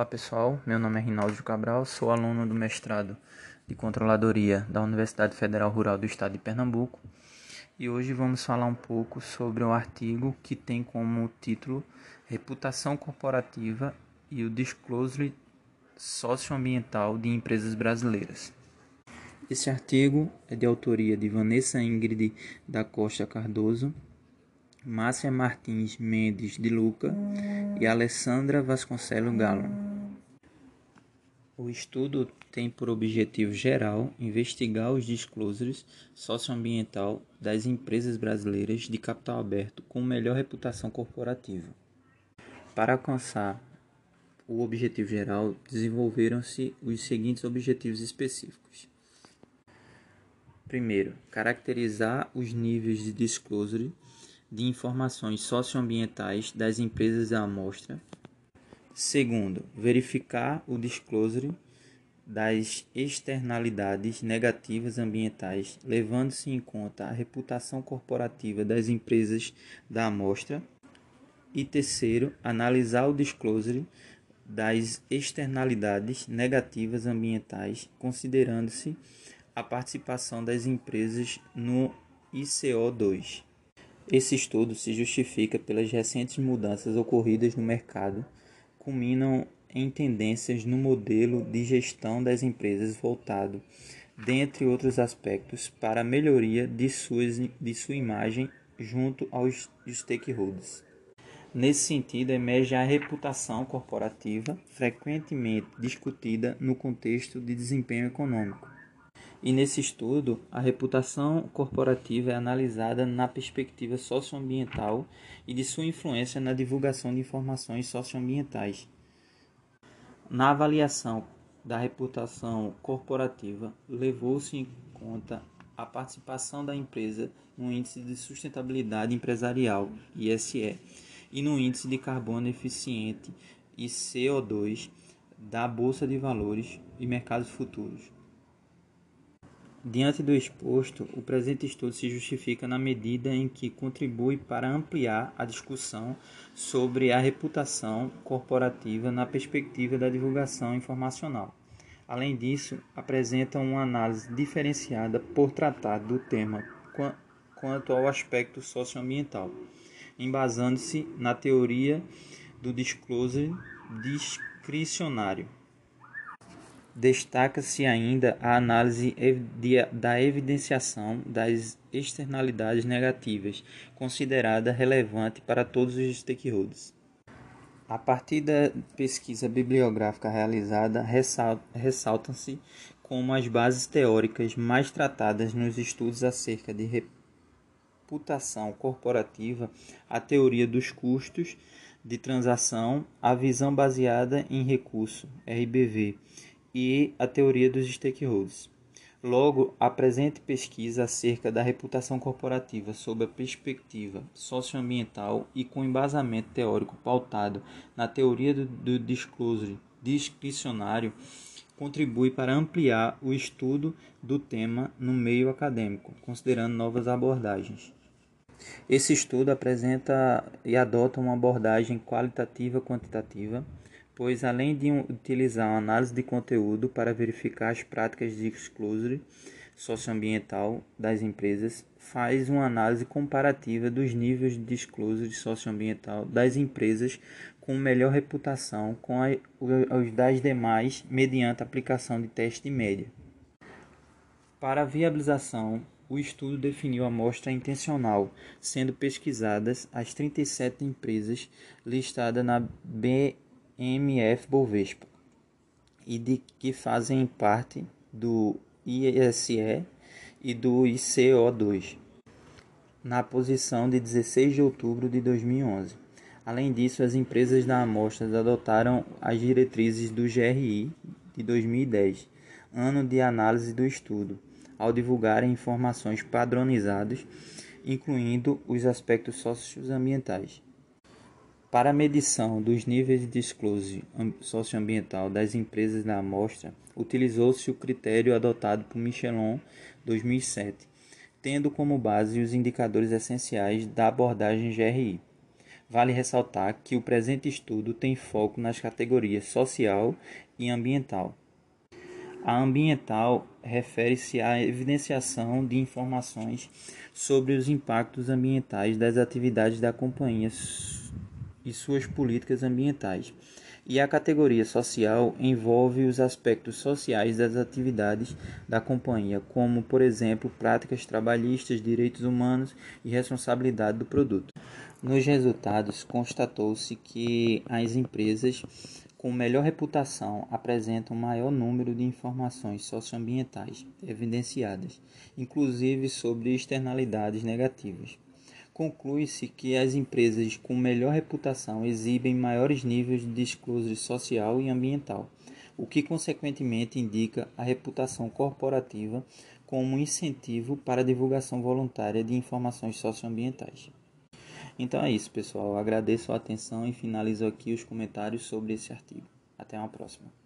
Olá pessoal, meu nome é Rinaldo Cabral, sou aluno do mestrado de Controladoria da Universidade Federal Rural do Estado de Pernambuco e hoje vamos falar um pouco sobre um artigo que tem como título Reputação Corporativa e o Disclosure Socioambiental de Empresas Brasileiras. Esse artigo é de autoria de Vanessa Ingrid da Costa Cardoso, Márcia Martins Mendes de Luca e Alessandra Vasconcelos Galo. O estudo tem por objetivo geral investigar os disclosures socioambiental das empresas brasileiras de capital aberto com melhor reputação corporativa. Para alcançar o objetivo geral, desenvolveram-se os seguintes objetivos específicos. Primeiro, caracterizar os níveis de disclosure de informações socioambientais das empresas da amostra. Segundo, verificar o disclosure das externalidades negativas ambientais, levando-se em conta a reputação corporativa das empresas da amostra. E terceiro, analisar o disclosure das externalidades negativas ambientais, considerando-se a participação das empresas no ICO2. Esse estudo se justifica pelas recentes mudanças ocorridas no mercado, culminam em tendências no modelo de gestão das empresas voltado, dentre outros aspectos, para a melhoria de sua imagem junto aos stakeholders. Nesse sentido, emerge a reputação corporativa, frequentemente discutida no contexto de desempenho econômico. E nesse estudo, a reputação corporativa é analisada na perspectiva socioambiental e de sua influência na divulgação de informações socioambientais. Na avaliação da reputação corporativa, levou-se em conta a participação da empresa no Índice de Sustentabilidade Empresarial, ISE, e no Índice de Carbono Eficiente, ICO2, da Bolsa de Valores e Mercados Futuros. Diante do exposto, o presente estudo se justifica na medida em que contribui para ampliar a discussão sobre a reputação corporativa na perspectiva da divulgação informacional. Além disso, apresenta uma análise diferenciada por tratar do tema quanto ao aspecto socioambiental, embasando-se na teoria do disclosure discricionário. Destaca-se ainda a análise da evidenciação das externalidades negativas, considerada relevante para todos os stakeholders. A partir da pesquisa bibliográfica realizada, ressaltam-se como as bases teóricas mais tratadas nos estudos acerca de reputação corporativa, a teoria dos custos de transação, a visão baseada em recurso, RBV, e a teoria dos stakeholders. Logo, a presente pesquisa acerca da reputação corporativa sob a perspectiva socioambiental e com embasamento teórico pautado na teoria do disclosure discricionário contribui para ampliar o estudo do tema no meio acadêmico, considerando novas abordagens. Esse estudo apresenta e adota uma abordagem qualitativa-quantitativa, pois além de utilizar uma análise de conteúdo para verificar as práticas de disclosure socioambiental das empresas, faz uma análise comparativa dos níveis de disclosure socioambiental das empresas com melhor reputação com os das demais mediante a aplicação de teste de média. Para a viabilização, o estudo definiu a amostra intencional, sendo pesquisadas as 37 empresas listadas na BMF Bovespa e de que fazem parte do ISE e do ICO2, na posição de 16 de outubro de 2011. Além disso, as empresas da amostra adotaram as diretrizes do GRI de 2010, ano de análise do estudo, ao divulgarem informações padronizadas, incluindo os aspectos socioambientais. Para a medição dos níveis de disclosure socioambiental das empresas da amostra, utilizou-se o critério adotado por Michelon, 2007, tendo como base os indicadores essenciais da abordagem GRI. Vale ressaltar que o presente estudo tem foco nas categorias social e ambiental. A ambiental refere-se à evidenciação de informações sobre os impactos ambientais das atividades da companhia e suas políticas ambientais. E a categoria social envolve os aspectos sociais das atividades da companhia, como, por exemplo, práticas trabalhistas, direitos humanos e responsabilidade do produto. Nos resultados, constatou-se que as empresas com melhor reputação apresentam maior número de informações socioambientais evidenciadas, inclusive sobre externalidades negativas. Conclui-se que as empresas com melhor reputação exibem maiores níveis de disclosure social e ambiental, o que consequentemente indica a reputação corporativa como incentivo para a divulgação voluntária de informações socioambientais. Então é isso, pessoal. Eu agradeço a atenção e finalizo aqui os comentários sobre esse artigo. Até uma próxima.